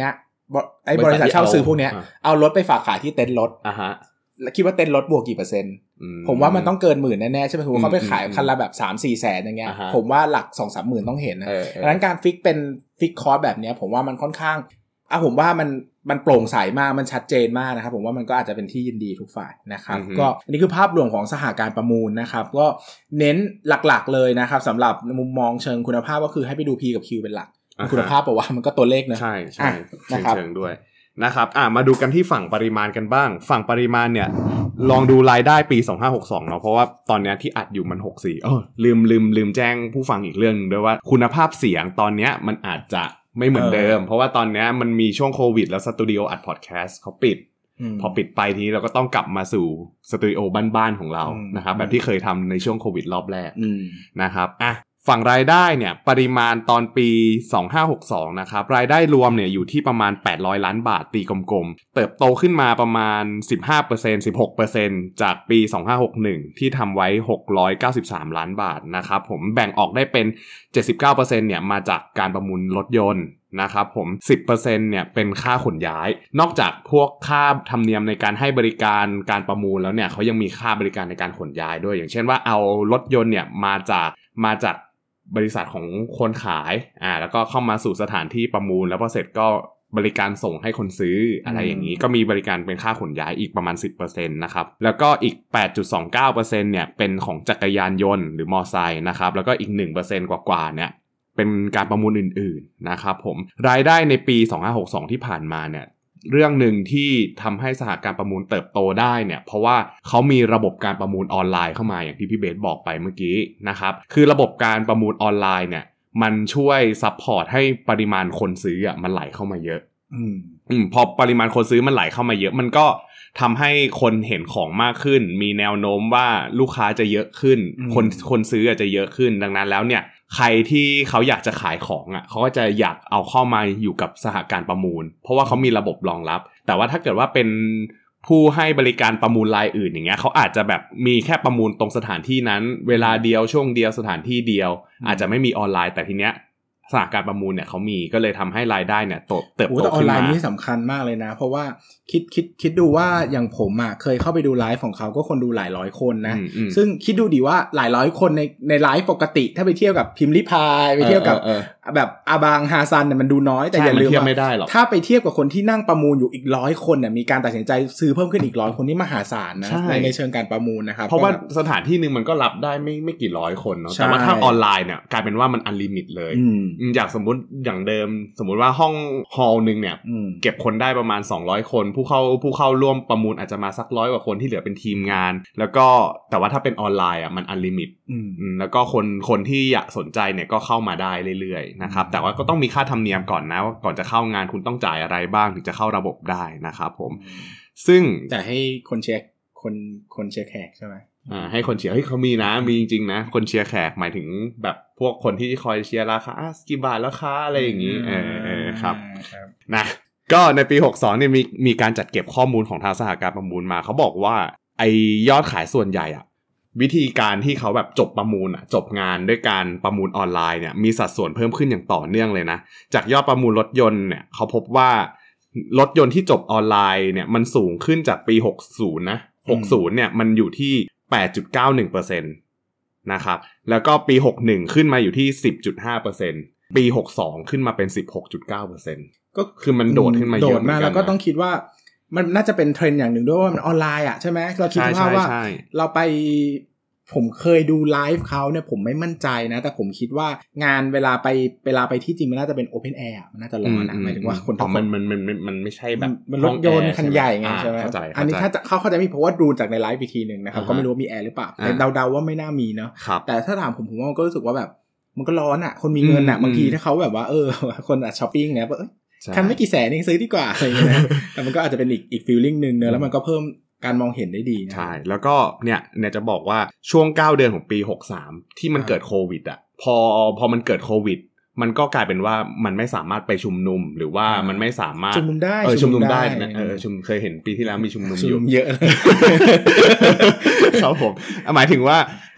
ไอ้บริษัทเช่าซื้อพวกเนี้ยเอารถไปฝากขายที่เต็นท์รถอ่าฮะแล้วคิดว่าเต็นท์รถบวกกี่เปอร์เซ็นต์ผมว่ามันต้องเกินหมื่นแน่ๆใช่มั้ยคือเขาไปขายคันละแบบ สามสี่ แสนอย่างเงี้ยผมว่าหลัก สองสาม หมื่นต้องเห็นนะดังนั้นการฟิกเป็นฟิกคอร์สแบบเนี้ยผมว่ามันค่อนข้างอ่ะผมว่ามันมันโปร่งใสมากมันชัดเจนมากนะครับผมว่ามันก็อาจจะเป็นที่ยินดีทุกฝ่ายนะครับก็อันนี้คือภาพรวมของสหการประมูลนะครับก็เน้นหลักๆเลยนะครับสำหรับมุมมองเชิงคุณภาพก็คือให้ไปดู P กับ Q เป็นหลักคุณภาพป่าวว่ามันก็ตัวเลขนะใช่ใช่เชิงด้วยนะครับอ่ะมาดูกันที่ฝั่งปริมาณกันบ้างฝั่งปริมาณเนี่ยลองดูรายได้ปีสองพันห้าร้อยหกสิบสองเนาะเพราะว่าตอนนี้ที่อัดอยู่มันหกสิบสี่เออลืมลืมลืมแจ้งผู้ฟังอีกเรื่องนึงด้วยว่าคุณภาพเสียงตอนนี้มันอาจจะไม่เหมือนเดิมเพราะว่าตอนนี้มันมีช่วงโควิดแล้วสตูดิโออัดพอดแคสต์เขาปิดพอปิดไปทีนี้เราก็ต้องกลับมาสู่สตูดิโอบ้านๆของเรานะครับแบบที่เคยทำในช่วงโควิดรอบแรกนะครับอ่ะฝั่งรายได้เนี่ยปริมาณตอนปีสองพันห้าร้อยหกสิบสองนะครับรายได้รวมเนี่ยอยู่ที่ประมาณแปดร้อยล้านบาทตีกลมๆเติบโตขึ้นมาประมาณ สิบห้าเปอร์เซ็นต์ สิบหกเปอร์เซ็นต์ จากปีสองพันห้าร้อยหกสิบเอ็ดที่ทำไว้หกร้อยเก้าสิบสามล้านบาทนะครับผมแบ่งออกได้เป็น เจ็ดสิบเก้าเปอร์เซ็นต์ เนี่ยมาจากการประมูลรถยนต์นะครับผม สิบเปอร์เซ็นต์ เนี่ยเป็นค่าขนย้ายนอกจากพวกค่าธรรมเนียมในการให้บริการการประมูลแล้วเนี่ยเขายังมีค่าบริการในการขนย้ายด้วยอย่างเช่นว่าเอารถยนต์เนี่ยมาจากมาจากบริษัทของคนขายอ่าแล้วก็เข้ามาสู่สถานที่ประมูลแล้วพอเสร็จก็บริการส่งให้คนซื้ออะไรอย่างนี้ก็มีบริการเป็นค่าขนย้ายอีกประมาณ สิบเปอร์เซ็นต์ นะครับแล้วก็อีก แปดจุดสองเก้าเปอร์เซ็นต์ เนี่ยเป็นของจักรยานยนต์หรือมอไซค์นะครับแล้วก็อีก หนึ่งเปอร์เซ็นต์ กว่าๆเนี่ยเป็นการประมูลอื่นๆนะครับผมรายได้ในปีสองพันห้าร้อยหกสิบสองที่ผ่านมาเนี่ยเรื่องหนึ่งที่ทำให้สหการประมูลเติบโตได้เนี่ยเพราะว่าเขามีระบบการประมูลออนไลน์เข้ามาอย่างที่พี่เบสบอกไปเมื่อกี้นะครับคือระบบการประมูลออนไลน์เนี่ยมันช่วยซัพพอร์ตให้ปริมาณคนซื้ออ่ะมันไหลเข้ามาเยอะอืมอืมพอปริมาณคนซื้อมันไหลเข้ามาเยอะมันก็ทำให้คนเห็นของมากขึ้นมีแนวโน้มว่าลูกค้าจะเยอะขึ้นคนคนซื้ออาจจะเยอะขึ้นดังนั้นแล้วเนี่ยใครที่เขาอยากจะขายของอ่ะเขาก็จะอยากเอาเข้ามาอยู่กับสหการประมูลเพราะว่าเขามีระบบรองรับแต่ว่าถ้าเกิดว่าเป็นผู้ให้บริการประมูลรายอื่นอย่างเงี้ยเขาอาจจะแบบมีแค่ประมูลตรงสถานที่นั้นเวลาเดียวช่วงเดียวสถานที่เดียวอาจจะไม่มีออนไลน์แต่ทีเนี้ยสหการประมูลเนี่ยเขามีก็เลยทำให้รายได้เนี่ยโตเติบโตขึ้นมาออนไลน์นี่สำคัญมากเลยนะเพราะว่าคิดคิดคิดดูว่าอย่างผมอ่ะเคยเข้าไปดูไลฟ์ของเขาก็คนดูหลายร้อยคนนะซึ่งคิดดูดิว่าหลายร้อยคนในในไลฟ์ปกติถ้าไปเทียบกับพิมพ์ลิพายไปเทียบกับแบบอาบางฮาซันเนี่ยมันดูน้อยแต่อย่าลืมว่าถ้าไปเทียบกับคนที่นั่งประมูลอยู่อีกร้อยคนเนี่ยมีการตัดสินใจซื้อเพิ่มขึ้นอีกร้อยคนนี่มหาศาลนะในในเชิงการประมูลนะครับเพราะว่าสถานที่นึงมันก็รับได้ไม่ไม่กี่ร้อยคนเนาะแต่ว่าถ้าออนไลน์เนี่ยกลายเป็นว่ามันอันลิมิตเลยอยากสมมุติอย่างเดิมสมมุติว่าห้องฮอลล์นึงเนี่ยเก็บคนได้ประมาณสองร้อยคนผู้เข้าผู้เข้าร่วมประมูลอาจจะมาสักร้อยกว่าคนที่เหลือเป็นทีมงานแล้วก็แต่ว่าถ้าเป็นออนไลน์อ่ะมันอันลิมิตแล้วก็คนคนที่อยากสนใจเนี่ยก็เข้ามาได้เรื่อยๆนะครับแต่ว่าก็ต้องมีค่าธรรมเนียมก่อนนะว่าก่อนจะเข้างานคุณต้องจ่ายอะไรบ้างถึงจะเข้าระบบได้นะครับผมซึ่งแต่ให้คนเช็คคนคนเช็คแขกใช่ไหมอ่าให้คนเชียร์เฮ้ยเขามีนะมีจริงๆนะคนเชียร์แขกหมายถึงแบบพวกคนที่คอยเชียร์ราคากี่บาทราคาอะไรอย่างนี้เออเออครับนะก็ในปีหกสิบสองเนี่ยมีมีการจัดเก็บข้อมูลของทางสหการประมูลมาเขาบอกว่าไอยอดขายส่วนใหญ่อะวิธีการที่เขาแบบจบประมูลอะจบงานด้วยการประมูลออนไลน์เนี่ยมีสัดส่วนเพิ่มขึ้นอย่างต่อเนื่องเลยนะจากยอดประมูลรถยนต์เนี่ยเขาพบว่ารถยนต์ที่จบออนไลน์เนี่ยมันสูงขึ้นจากปีหกสิบนะหกสิบเนี่ยมันอยู่ที่ แปดจุดเก้าหนึ่งเปอร์เซ็นต์ นะครับแล้วก็ปีหกสิบเอ็ดขึ้นมาอยู่ที่ สิบจุดห้าเปอร์เซ็นต์ ปีหกสิบสองขึ้นมาเป็น สิบหกจุดเก้าเปอร์เซ็นต์ ก็คือมันโดดขึ้นมาเยอะมากแล้วก็ต้องคิดว่ามันน่าจะเป็นเทรนด์อย่างหนึ่งด้วยว่ามันออนไลน์อ่ะใช่ไหมเราคิดว่าว่าเราไปผมเคยดูไลฟ์เขาเนี่ยผมไม่มั่นใจนะแต่ผมคิดว่างานเวลาไปเวลาไปที่จริงมันน่าจะเป็นโอเพนแอร์มันน่าจะร้อนนะหมายถึงว่าคนทั้งมันมันมันมันไม่ใช่แบบมันรถยนต์คันใหญ่ไงใช่ไหมอันนี้ถ้าเขาเข้าใจไม่เพราะว่าดูจากในไลฟ์อีกทีนึงนะครับก็ไม่รู้ว่ามีแอร์หรือเปล่าแต่เดาๆว่าไม่น่ามีเนาะแต่ถ้าถามผมผมว่ามันก็รู้สึกว่าแบบมันก็ร้อนอ่ะคนมีเงินอ่ะบางทีถ้าเขาแบบว่าเออคนอ่ะช้อปปิ้งเนี่ยเอ้ยคันไม่กี่แสนเองซื้อดีกว่าอะไรอย่างเงี้ยแต่มันก็อาจจะเป็นอีกอีกฟีลลิ่งนึงเนอะแล้วมันก็เพิ่มการมองเห็นได้ดีนะใช่แล้วก็เนี่ยเนี่ยจะบอกว่าช่วงเก้าเดือนของปีหกสิบสามที่มันเกิดโควิดอ่ะพอพอมันเกิดโควิดมันก็กลายเป็นว่ามันไม่สามารถไปชุมนุมหรือว่ามันไม่สามารถชุมนุมได้เออชุมนุมได้เออชุมเคยเห็นปีที่แล้วมีชุมนุมอยู่เยอะครับผมหมายถึงว่า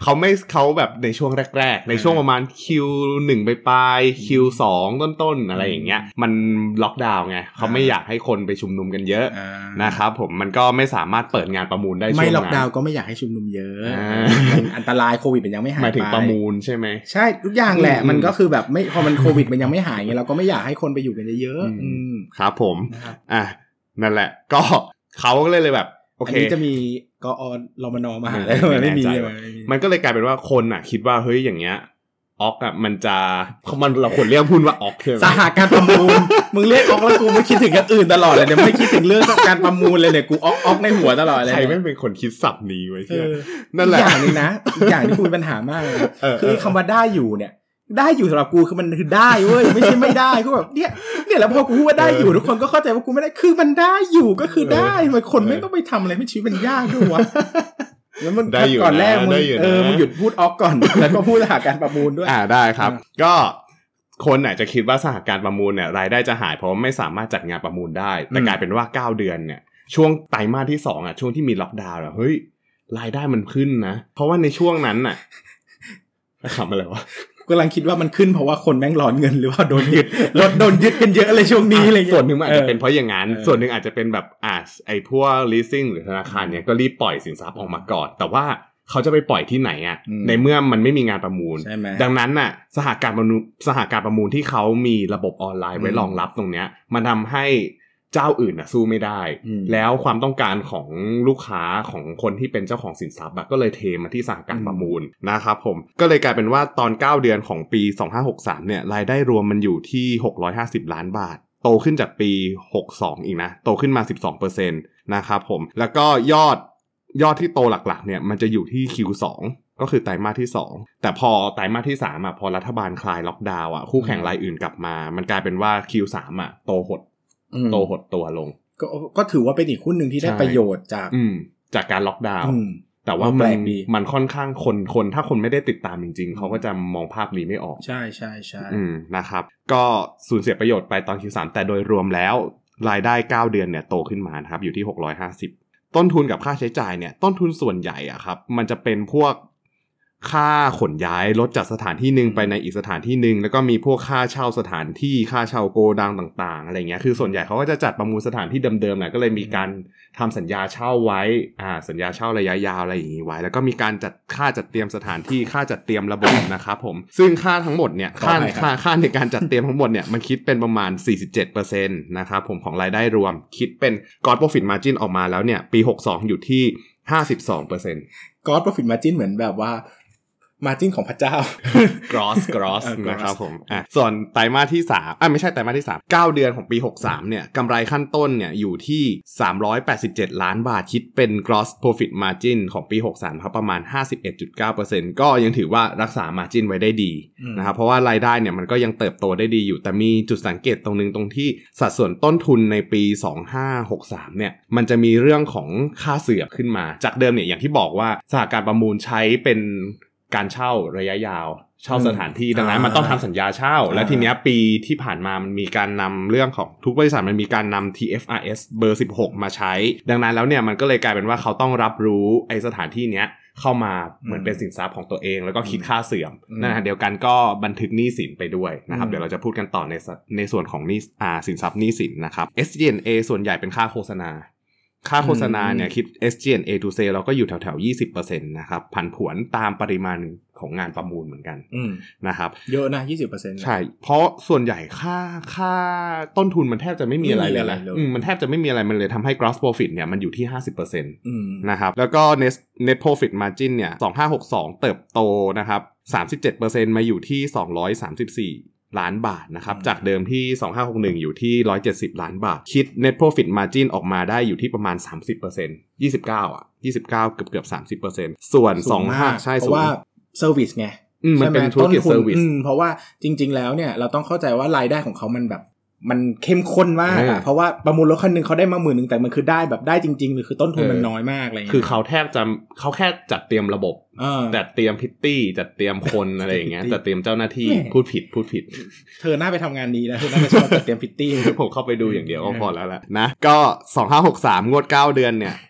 เขาไม่เขาแบบในช่วงแรกๆในช่วงประมาณ คิว หนึ่ง ไปปลาย คิว สอง ต้นๆอะไรอย่างเงี้ยมันล็อกดาวน์ไงเขาไม่อยากให้คนไปชุมนุมกันเยอะนะครับผมมันก็ไม่สามารถเปิดงานประมูลได้ช่วงนั้นไม่ล็อกดาวน์ก็ไม่อยากให้ชุมนุมเยอะมันอันตรายโควิดมันยังไม่หายไปหมายถึงประมูลใช่ไหมใช่ทุกอย่างแหละมันก็คือแบบไม่พอมันโควิดมันยังไม่หายไงเราก็ไม่อยากให้คนไปอยู่กันเยอะๆครับผมอ่ะนั่นแหละก็เขาก็เลยเลยแบบโอเคอันนี้จะมีกอรมนมาหาแล้วไม่มีมันก็เลยกลายเป็นว่าคนอ่ะคิดว่าเฮ้ยอย่างเงี้ยออกอ่ะมันจะมันเราควรเรียกพูดว่าออกใช่ไหมสหการประมูลมึงเรียกออกแล้วกูไม่คิดถึงอย่างอื่นตลอดเลยเนี่ยไม่คิดถึงเรื่องการประมูลเลยเนี่ยกูออกออกในหัวตลอดเลยใครไม่เป็นคนคิดศัพท์นี้ไว้เชื่อนั่นแหละอย่างนึงนะอย่างที่คุยปัญหามากเลยคือคำว่าได้อยู่เนี่ยได้อยู่สำหรับกูคือมันคือได้เว้ยไม่ใช่ไม่ได้กูแบบเนี่ยเนี่ยแล้วพอกูพูดว่าได้อยู่ทุกคนก็เข้าใจว่ากูไม่ได้คือมันได้อยู่ก็คือได้ทำไมคนไม่ต้องไปทำอะไรให้ชีวิตมันยากด้วยวะแล้วมันก่อนแรกมึงเออมึงหยุดพูดออกก่อนแล้วก็พูดสหการประมูลด้วยอ่าได้ครับก็คนอาจจะคิดว่าสหการประมูลเนี่ยรายได้จะหายเพราะไม่สามารถจัดงานประมูลได้แต่กลายเป็นว่าเก้าเดือนเนี่ยช่วงไตรมาสที่สองอ่ะช่วงที่มีล็อกดาวน์อ่ะเฮ้ยรายได้มันขึ้นนะเพราะว่าในช่วงนั้นน่ะทำอะไรวะกำลังคิดว่ามันขึ้นเพราะว่าคนแม่งร้อนเงินหรือว่าโดนยึดรถโดนยึดกันเยอะเลยช่วงนี้อะไรเงี้ยส่วนหนึ่งอาจจะเป็นเพราะอย่างนั้นส่วนหนึ่งอาจจะเป็นแบบอ่าไอ้พวก leasing หรือธนาคารเนี่ยก็รีบปล่อยสินทรัพย์ออกมาก่อนแต่ว่าเขาจะไปปล่อยที่ไหนอ่ะในเมื่อมันไม่มีงานประมูลดังนั้นน่ะสหการประมูลสหการประมูลที่เขามีระบบออนไลน์ไว้รองรับตรงเนี้ยมันทำให้เจ้าอื่นน่ะสู้ไม่ได้แล้วความต้องการของลูกค้าของคนที่เป็นเจ้าของสินทรัพย์ก็เลยเทมาที่สหการประมูลนะครับผมก็เลยกลายเป็นว่าตอนเก้าเดือนของปีสองพันห้าร้อยหกสิบสามเนี่ยรายได้รวมมันอยู่ที่หกร้อยห้าสิบล้านบาทโตขึ้นจากปีหกสิบสองอีกนะโตขึ้นมา สิบสองเปอร์เซ็นต์ นะครับผมแล้วก็ยอดยอดที่โตหลักๆเนี่ยมันจะอยู่ที่ คิว สอง ก็คือไตรมาสที่สองแต่พอไตรมาสที่สามอ่ะพอรัฐบาลคลายล็อกดาวน์อ่ะคู่แข่งรายอื่นกลับมามันกลายเป็นว่า คิว สาม อ่ะโตหดโตหดตัวลงก็ก็ถือว่าเป็นอีกหุ้นหนึ่งที่ได้ประโยชน์จากอืมจากการล็อกดาวน์แต่ว่ามันมันค่อนข้างคนคนถ้าคนไม่ได้ติดตามจริงๆเขาก็จะมองภาพนี้ไม่ออกใช่ใช่ใช่อืมนะครับก็สูญเสียประโยชน์ไปตอน คิว สาม แต่โดยรวมแล้วรายได้เก้าเดือนเนี่ยโตขึ้นมานะครับอยู่ที่หกร้อยห้าสิบต้นทุนกับค่าใช้จ่ายเนี่ยต้นทุนส่วนใหญ่อ่ะครับมันจะเป็นพวกค่าขนย้ายรถจากสถานที่นึงไปในอีกสถานที่นึงแล้วก็มีพวกค่าเช่าสถานที่ค่าเช่าโกดังต่างๆอะไรเงี้ยคือส่วนใหญ่เขาก็จะจัดประมูลสถานที่เดิมๆแหละก็เลยมีการทำสัญญาเช่าไว้อ่าสัญญาเช่าระยะยาวอะไรอย่างงี้ไว้แล้วก็มีการจัดค่าจัดเตรียมสถานที่ค่าจัดเตรียมระบบนะครับผมซึ่งค่าทั้งหมดเนี่ยค่าค่าค่าในการจัดเตรียมทั้งหมดเนี่ยมันคิดเป็นประมาณ สี่สิบเจ็ดเปอร์เซ็นต์ นะครับผมของรายได้รวมคิดเป็น Gross Profit Margin ออกมาแล้วเนี่ยปีหกสิบสองอยู่ที่ ห้าสิบสองเปอร์เซ็นต์ Gross Profit Margin เหมือนแบบว่าmargin ของพระเจ้า gross gross นะครับผมอ่ะส่วนไตรมาสที่สามอ่ะไม่ใช่ไตรมาสที่สาม เก้าเดือนของปีหกสิบสามเนี่ยกำไรขั้นต้นเนี่ยอยู่ที่สามร้อยแปดสิบเจ็ดล้านบาทคิดเป็น gross profit margin ของปีหกสิบสามครับประมาณ ห้าสิบเอ็ดจุดเก้าเปอร์เซ็นต์ ก็ยังถือว่ารักษา margin ไว้ได้ดีนะครับเพราะว่ารายได้เนี่ยมันก็ยังเติบโตได้ดีอยู่แต่มีจุดสังเกตตรงนึงตรงที่สัดส่วนต้นทุนในปีสองพันห้าร้อยหกสิบสามเนี่ยมันจะมีเรื่องของค่าเสื่อมขึ้นมาจากเดิมเนี่ยอย่างที่บอกว่าสหการประมูลใช้เป็นการเช่าระยะยาวเช่าสถานที่ดังนั้นมันต้องทำสัญญาเช่าและทีเนี้ยปีที่ผ่านมามันมีการนำเรื่องของทุกบริษัทมันมีการนำ ที เอฟ อาร์ เอส เบอร์สิบหกมาใช้ดังนั้นแล้วเนี่ยมันก็เลยกลายเป็นว่าเขาต้องรับรู้ไอ้สถานที่เนี้ยเข้ามาเหมือนเป็นสินทรัพย์ของตัวเองแล้วก็คิดค่าเสื่อมนั่นนะเดียวกันก็บันทึกหนี้สินไปด้วยนะครับเดี๋ยวเราจะพูดกันต่อในในส่วนของหนี้อ่าสินทรัพย์หนี้สินนะครับ เอส จี เอ็น เอ ส่วนใหญ่เป็นค่าโฆษณาค่าโฆษณาเนี่ยคิด เอส จี เอ็น เอ to sale เราก็อยู่แถวๆ ยี่สิบเปอร์เซ็นต์ นะครับผันผวนตามปริมาณของงานประมูลเหมือนกันนะครับเยอะนะ ยี่สิบเปอร์เซ็นต์ใช่เพราะส่วนใหญ่ค่าค่าต้นทุนมันแทบจะไม่มีอะไรเลยนะมันแทบจะไม่มีอะไรมันเลยทำให้ gross profit เนี่ยมันอยู่ที่ ห้าสิบเปอร์เซ็นต์ นะครับแล้วก็ net net profit margin เนี่ยสองพันห้าร้อยหกสิบสองเติบโตนะครับ สามสิบเจ็ดเปอร์เซ็นต์ มาอยู่ที่สองร้อยสามสิบสี่ล้านบาทนะครับจากเดิมที่สองพันห้าร้อยหกสิบเอ็ดอยู่ที่หนึ่งร้อยเจ็ดสิบล้านบาทคิด net profit margin ออกมาได้อยู่ที่ประมาณ สามสิบเปอร์เซ็นต์ ยี่สิบเก้าอ่ะยี่สิบเก้าเกือบๆ สามสิบเปอร์เซ็นต์ ส่วนสองพันห้าร้อยใช่เพราะว่า service ไงมันเป็นธุรกิจ service เพราะว่าจริงๆแล้วเนี่ยเราต้องเข้าใจว่ารายได้ของเขามันแบบมันเข้มข้นมากอ่ะเพราะว่าประมูลรถคันนึงเขาได้มาหมื่นนึงแต่มันคือได้แบบได้จริงๆหรือคือต้นทุนมันน้อยมากอะไรเงี้ยคือเขาแทบจะเขาแค่จัดเตรียมระบบจัดเตรียมพิตตี้จัดเตรียมคนอะไรอย่างเงี้ยจัดเตรียมเจ้าหน้าที่พูดผิดพูดผิดเธอน่าไปทำงานนี้นะเธอน่าจะชอบจัดเตรียมพิตตี้ผมเข้าไปดูอย่างเดียวก็พอแล้วแหละนะก็สองพันห้าร้อยหกสิบสามงวดเก้าเดือนเนี่ย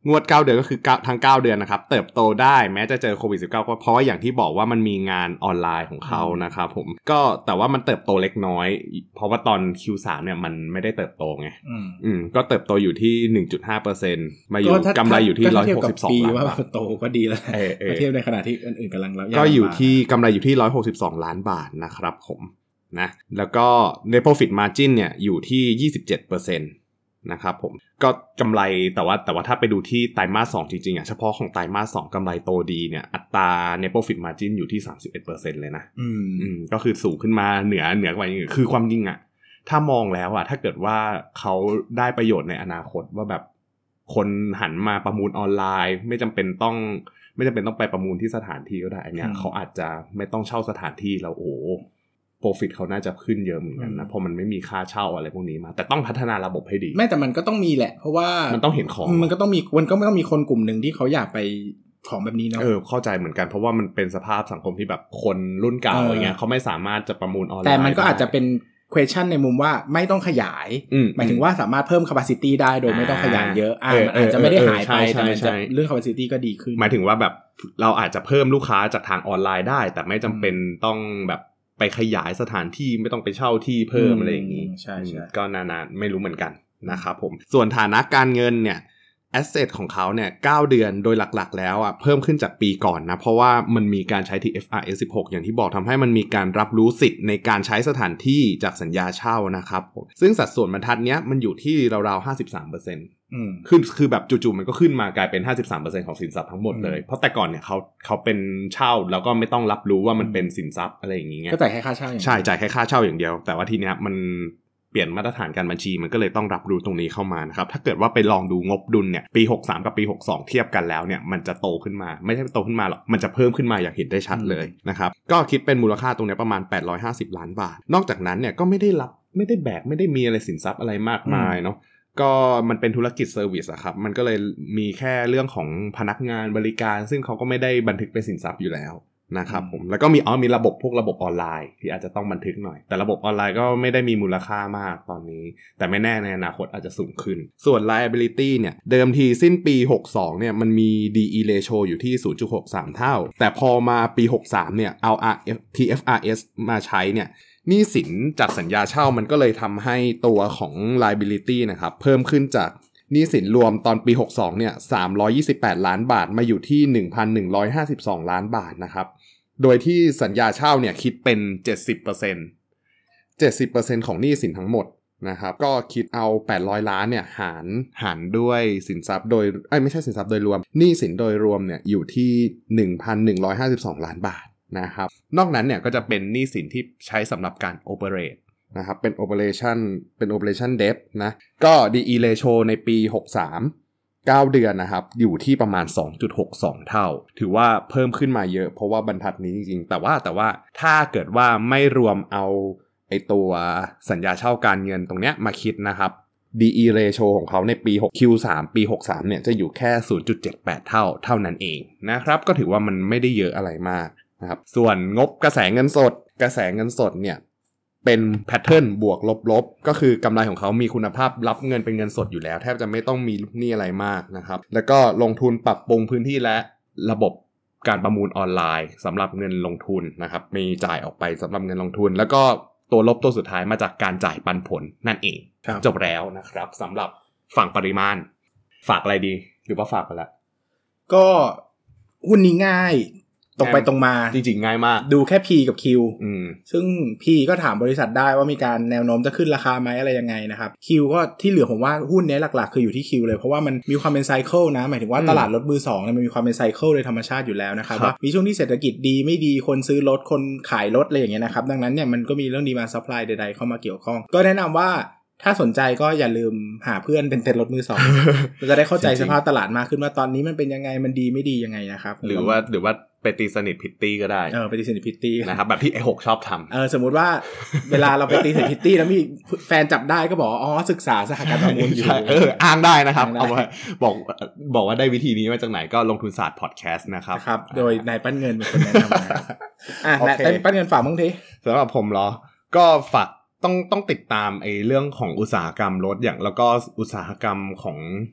งวดเก้าเดือนก็คือทั้งเก้าเดือนนะครับเติบโตได้แม้จะเจอโควิด สิบเก้า ก็เพราะว่าอย่างที่บอกว่ามันมีงานออนไลน์ของเขานะครับผมก็แต่ว่ามันเติบโตเล็กน้อยเพราะว่าตอน คิว สาม เนี่ยมันไม่ได้เติบโตไงอืมก็เติบโตอยู่ที่ หนึ่งจุดห้าเปอร์เซ็นต์ มาอยู่กำไรอยู่ที่หนึ่งร้อยหกสิบสองล้านบาทว่าโตก็ดีแล้วเทียบในขณะที่อื่นๆกำลังรับก็อยู่ที่กำไรอยู่ที่หนึ่งร้อยหกสิบสองล้านบาทนะครับผมนะแล้วก็ net profit margin เนี่ยอยู่ที่ ยี่สิบเจ็ดเปอร์เซ็นต์ นะครับผมก็กำไรแต่ว่าแต่ว่าถ้าไปดูที่ไตรมาสสองจริงๆอ่ะเฉพาะของไตรมาสสองกำไรโตดีเนี่ยอัตรา net profit margin อยู่ที่ สามสิบเอ็ดเปอร์เซ็นต์ เลยนะอืมอืมก็คือสูงขึ้นมาเหนือเหนือกว่าอย่างอื่นคือความจริงอ่ะถ้ามองแล้วอ่ะถ้าเกิดว่าเขาได้ประโยชน์ในอนาคตว่าแบบคนหันมาประมูลออนไลน์ไม่จำเป็นต้องไม่จำเป็นต้องไปประมูลที่สถานที่ก็ได้อันเนี้ยเขาอาจจะไม่ต้องเช่าสถานที่แล้วโอ้profit เขาน่าจะขึ้นเยอะเหมือนกันนะเพราะมันไม่มีค่าเช่าอะไรพวกนี้มาแต่ต้องพัฒนาระบบให้ดีไม่แต่มันก็ต้องมีแหละเพราะว่ามันต้องเห็นของมันก็ต้องมีมันก็ไม่ต้องมีคนกลุ่มนึงที่เขาอยากไปของแบบนี้เนาะเออเข้าใจเหมือนกันเพราะว่ามันเป็นสภาพสังคมที่แบบคนรุ่นเก่าอย่างเงี้ยเขาไม่สามารถจะประมูลออนไลน์แต่มันก็อาจจะเป็น question ในมุมว่าไม่ต้องขยายหมายถึงว่าสามารถเพิ่ม capacity ได้โดยไม่ต้องขยายเยอะอ่ะมันอาจจะไม่ได้หายไปแต่มันจะเรื่อง capacity ก็ดีขึ้นหมายถึงว่าแบบเราอาจจะเพิ่มลูกค้าจากทางออนไลน์ได้แต่ไม่จำเป็นต้องแบบไปขยายสถานที่ไม่ต้องไปเช่าที่เพิ่มอะไรอย่างนี้ใช่ก็นานๆไม่รู้เหมือนกันนะครับผมส่วนฐานะการเงินเนี่ยแอสเซทของเขาเนี่ยเก้าเดือนโดยหลักๆแล้วอ่ะเพิ่มขึ้นจากปีก่อนนะเพราะว่ามันมีการใช้ ที เอฟ อาร์ เอส สิบหกอย่างที่บอกทำให้มันมีการรับรู้สิทธิ์ในการใช้สถานที่จากสัญญาเช่านะครับซึ่งสัดส่วนบรรทัดเนี้ยมันอยู่ที่ราวๆ ห้าสิบสามเปอร์เซ็นต์ อืมคือคือแบบจู่ๆมันก็ขึ้นมากลายเป็น ห้าสิบสามเปอร์เซ็นต์ ของสินทรัพย์ทั้งหมดเลยเพราะแต่ก่อนเนี่ยเขาเขาเป็นเช่าแล้วก็ไม่ต้องรับรู้ว่ามันเป็นสินทรัพย์อะไรอย่างเงี้ยก็จ่ายแค่ค่าเช่าอย่างเดียวใช่จ่ายแค่ค่าเช่าอย่างเดียวแต่ว่าทีเนี้ยมันเปลี่ยนมาตรฐานการบัญชีมันก็เลยต้องรับรู้ตรงนี้เข้ามานะครับถ้าเกิดว่าไปลองดูงบดุลเนี่ยปีหกสิบสามกับปีหกสิบสองเทียบกันแล้วเนี่ยมันจะโตขึ้นมาไม่ใช่โตขึ้นมาหรอกมันจะเพิ่มขึ้นมาอย่างเห็นได้ชัดเลยนะครับก็คิดเป็นมูลค่าตรงนี้ประมาณแปดร้อยห้าสิบล้านบาทนอกจากนั้นเนี่ยก็ไม่ได้รับไม่ได้แบกไม่ได้มีอะไรสินทรัพย์อะไรมากมายเนาะก็มันเป็นธุรกิจเซอร์วิสอะครับมันก็เลยมีแค่เรื่องของพนักงานบริการซึ่งเขาก็ไม่ได้บันทึกเป็นสินทรัพย์อยู่แล้วนะครับผมแล้วก็มีอ๋อมีระบบพวกระบบออนไลน์ที่อาจจะต้องบันทึกหน่อยแต่ระบบออนไลน์ก็ไม่ได้มีมูลค่ามากตอนนี้แต่ไม่แน่ในอนาคตอาจจะสูงขึ้นส่วน liability เนี่ยเดิมทีสิ้นปีหกสิบสองเนี่ยมันมี ดี อี ratio อยู่ที่ ศูนย์จุดหกสาม เท่าแต่พอมาปีหกสิบสามเนี่ยเอา ที เอฟ อาร์ เอส มาใช้เนี่ยหนี้สินจากสัญญาเช่ามันก็เลยทำให้ตัวของ liability นะครับเพิ่มขึ้นจากหนี้สินรวมตอนปีหกสิบสองเนี่ยสามร้อยยี่สิบแปดล้านบาทมาอยู่ที่ หนึ่งพันหนึ่งร้อยห้าสิบสองล้านบาทนะครับโดยที่สัญญาเช่าเนี่ยคิดเป็น เจ็ดสิบเปอร์เซ็นต์ เจ็ดสิบเปอร์เซ็นต์ ของหนี้สินทั้งหมดนะครับก็คิดเอาแปดร้อยล้านเนี่ยหารหารด้วยสินทรัพย์โดยเอ้ยไม่ใช่สินทรัพย์โดยรวมหนี้สินโดยรวมเนี่ยอยู่ที่ หนึ่งพันหนึ่งร้อยห้าสิบสองล้านบาทนะครับนอกนั้นเนี่ยก็จะเป็นหนี้สินที่ใช้สำหรับการ operate นะครับเป็น operation เป็น operation debt นะก็ ดี อี ratio ในปีหกสิบสามเก้าเดือนนะครับอยู่ที่ประมาณ สองจุดหกสอง เท่าถือว่าเพิ่มขึ้นมาเยอะเพราะว่าบรรทัดนี้จริงๆแต่ว่าแต่ว่าถ้าเกิดว่าไม่รวมเอาไอตัวสัญญาเช่าการเงินตรงเนี้ยมาคิดนะครับ ดี อี ratio ของเขาในปี คิว สาม ปีหกสิบสามเนี่ยจะอยู่แค่ ศูนย์จุดเจ็ดแปด เท่าเท่านั้นเองนะครับก็ถือว่ามันไม่ได้เยอะอะไรมากนะครับส่วนงบกระแสเงินสดกระแสเงินสดเนี่ยเป็นแพทเทิร์นบวกลบๆก็คือกำไรของเขามีคุณภาพรับเงินเป็นเงินสดอยู่แล้วแทบจะไม่ต้องมีลูกหนี้อะไรมากนะครับแล้วก็ลงทุนปรับปรุงพื้นที่และระบบการประมูลออนไลน์สำหรับเงินลงทุนนะครับมีจ่ายออกไปสำหรับเงินลงทุนแล้วก็ตัวลบตัวสุดท้ายมาจากการจ่ายปันผลนั่นเองจบแล้วนะครับสำหรับฝั่งปริมาณฝากอะไรดีหรือว่าฝากไปแล้วก็หุ้นนี้ง่ายตรงไปตรงมาจริงๆง่ายมากดูแค่ P กับ Q อืมซึ่ง P ก็ถามบริษัทได้ว่ามีการแนวโน้มจะขึ้นราคาไหมอะไรยังไงนะครับ Q ก็ที่เหลือผมว่าหุ้นนี้หลักๆคืออยู่ที่ Q เลยเพราะว่ามันมีความเป็นไซเคิลนะหมายถึงว่าตลาดรถมือสองเนี่ยมันมีความเป็นไซเคิลโดยธรรมชาติอยู่แล้วนะครับว่ามีช่วงที่เศรษฐกิจดีไม่ดีคนซื้อรถคนขายรถอะไรอย่างเงี้ยนะครับดังนั้นเนี่ยมันก็มีเรื่อง demand supply ใดๆเข้ามาเกี่ยวข้องก็แนะนำว่าถ้าสนใจก็อย่าลืมหาเพื่อนเป็นเต็นท์รถมือสองเราจะได้เข้าใจสภาพตลาดมากขึ้นว่าตอนนี้มันเป็นยังไงมันดีไม่ดียังไงนะครับหรือว่าหรือว่าไปตีสนิทพิตตี้ก็ได้เออไปตีสนิทพิตตี้นะครับแบบที่ไอ้หกชอบทำเออสมมุติว่าเวลาเราไปตีสนิทพิตตี้แล้วมีแฟนจับได้ก็บอกอ๋อศึกษาสถานการณ์ประมูลอยู่เอออ้างได้นะครับเอาไว้บอกบอกว่าได้วิธีนี้มาจากไหนก็ลงทุนศาสตร์พอดแคสต์นะครับครับโดยนายปั้นเงินเป็นคนแนะนำมาอ่ะนายปั้นเงินฝากบ้างทีสำหรับผมเหรอก็ฝากต้องต้องติดตามไอ้เรื่องของอุตสาหกรรมรถอย่างแล้วก็อุตสาหกรรมของ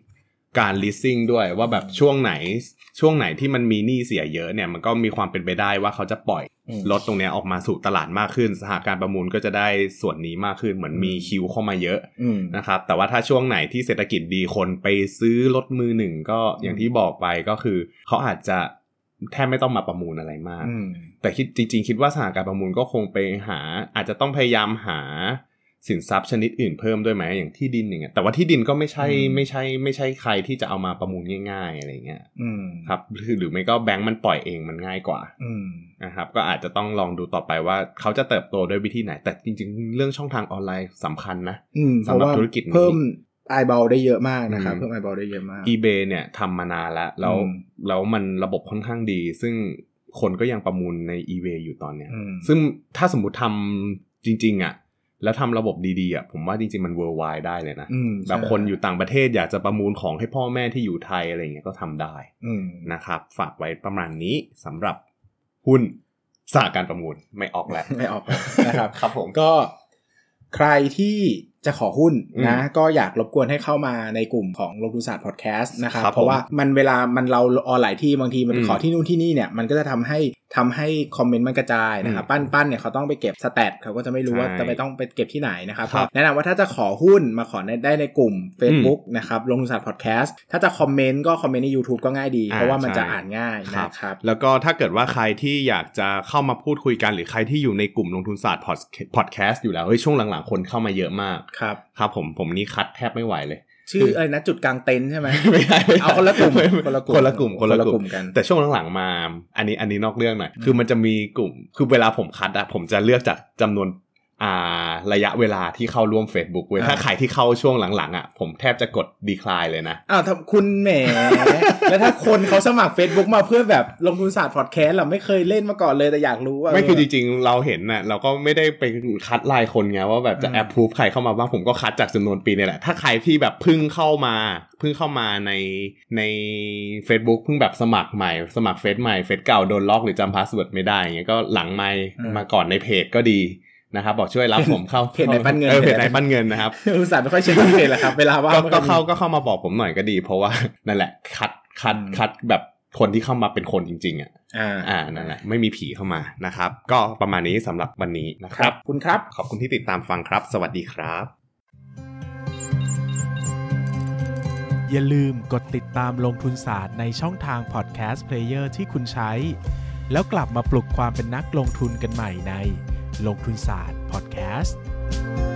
การ leasing ด้วยว่าแบบช่วงไหนช่วงไหนที่มันมีหนี้เสียเยอะเนี่ยมันก็มีความเป็นไปได้ว่าเขาจะปล่อยรถตรงนี้ออกมาสู่ตลาดมากขึ้นสหการประมูลก็จะได้ส่วนนี้มากขึ้นเหมือนมีคิวเข้ามาเยอะนะครับแต่ว่าถ้าช่วงไหนที่เศรษฐกิจดีคนไปซื้อรถมือหนึ่งก็อย่างที่บอกไปก็คือเขาอาจจะแทบไม่ต้องมาประมูลอะไรมากแต่คิดจริงๆคิดว่าสหการประมูลก็คงไปหาอาจจะต้องพยายามหาสินทรัพย์ชนิดอื่นเพิ่มด้วยไหมอย่างที่ดินอย่างเงี้ยแต่ว่าที่ดินก็ไม่ใช่ไม่ใช่ไม่ใช่ใครที่จะเอามาประมูลง่ายๆอะไรเงี้ยครับคือหรือไม่ก็แบงก์มันปล่อยเองมันง่ายกว่านะครับก็อาจจะต้องลองดูต่อไปว่าเขาจะเติบโตด้วยวิธีไหนแต่จริงๆเรื่องช่องทางออนไลน์สำคัญนะสำหรับธุรกิจนี้เพิ่มไอบอลได้เยอะมากนะครับเพิ่มไอบอลได้เยอะมาก eBay เนี่ยทำมานานแล้วแล้วแล้วมันระบบค่อนข้างดีซึ่งคนก็ยังประมูลใน eBay อยู่ตอนเนี้ยซึ่งถ้าสมมุติทำจริงๆอ่ะแล้วทำระบบดีๆอ่ะผมว่าจริงๆมัน worldwide ได้เลยนะแบบคนอยู่ต่างประเทศอยากจะประมูลของให้พ่อแม่ที่อยู่ไทยอะไรอย่างเงี้ยก็ทำได้นะครับฝากไว้ประมาณนี้สำหรับหุ้นสหการประมูลไม่ออกแล้วไม่ออกแล้วนะครับครับผมก็ใครที่จะขอหุ้นนะก็อยากรบกวนให้เข้ามาในกลุ่มของลงทุนศาสตร์พอดแคสต์นะครับเพราะว่ามันเวลามันเราออนหลายที่บางทีมันขอที่นู่นที่นี่เนี่ยมันก็จะทำให้ทำให้คอมเมนต์มันกระจายนะครับปั้นปั้นเนี่ยเขาต้องไปเก็บสแตทเขาก็จะไม่รู้ว่าจะไปต้องไปเก็บที่ไหนนะครับแนะนำว่าถ้าจะขอหุ้นมาขอได้ในกลุ่ม Facebook นะครับลงทุนศาสตร์พอดแคสต์ถ้าจะคอมเมนต์ก็คอมเมนต์ใน YouTube ก็ง่ายดีเพราะว่ามันจะอ่านง่ายนะครับแล้วก็ถ้าเกิดว่าใครที่อยากจะเข้ามาพูดคุยกันหรือใครที่อยู่ในกลุ่มลงทุนศาสตร์พอดแคสต์อยู่แล้วเฮ้ยช่วงหลังๆคนเข้ามาเยอะมากครับครับผมผมนี่คัดแทบไม่ไหวเลยชื่ออะไรนะจุดกลางเต็นท์ใช่ไหมไม่ใช่เอาคนละกลุ่มคนละกลุ่มคนละกลุ่มคนละกลุ่มกันแต่ช่วงหลังๆมาอันนี้อันนี้นอกเรื่องหน่อยคือมันจะมีกลุ่มคือเวลาผมคัดอะผมจะเลือกจากจำนวนอ่าระยะเวลาที่เข้าร่วม Facebook เว้ยถ้าใครที่เข้าช่วงหลังๆอ่ะผมแทบจะกด decline เลยนะอ้าวถ้าคุณแหม แล้วถ้าคนเขาสมัคร Facebook มาเพื่อแบบลงทุนศาสตร์พอดแคสต์เราไม่เคยเล่นมาก่อนเลยแต่อยากรู้ว่าไม่คือจริงๆเราเห็นน่ะเราก็ไม่ได้ไปคัดรายคนไงว่าแบบจะ approve ใครเข้ามาบ้างผมก็คัดจากจำนวนปีนี่แหละถ้าใครที่แบบเพิ่งเข้ามาเพิ่งเข้ามาในใน Facebook เพิ่งแบบสมัครใหม่สมัครเฟซใหม่เฟซเก่าโดนล็อกหรือจำพาสเวิร์ดไม่ได้อย่างเงี้ยก็หลังไมค์มาก่อนในเพจก็ดีนะครับบอกช่วยรับผมเข้าเพจไหนปั้นเงินเออเพจไหนปั้นเงินนะครับอุตส่าห์ไม่ค่อยเช็คเพจแหละครับเวลาว่างก็เข้าก็เข้ามาบอกผมหน่อยก็ดีเพราะว่านั่นแหละคัดคัดคัดแบบคนที่เข้ามาเป็นคนจริงๆอ่ะอ่าอ่านั่นแหละไม่มีผีเข้ามานะครับก็ประมาณนี้สำหรับวันนี้นะครับขอบคุณครับขอบคุณที่ติดตามฟังครับสวัสดีครับอย่าลืมกดติดตามลงทุนศาสตร์ในช่องทางพอดแคสต์เพลเยอร์ที่คุณใช้แล้วกลับมาปลุกความเป็นนักลงทุนกันใหม่ในลงทุนศาสตร์พอดแคสต์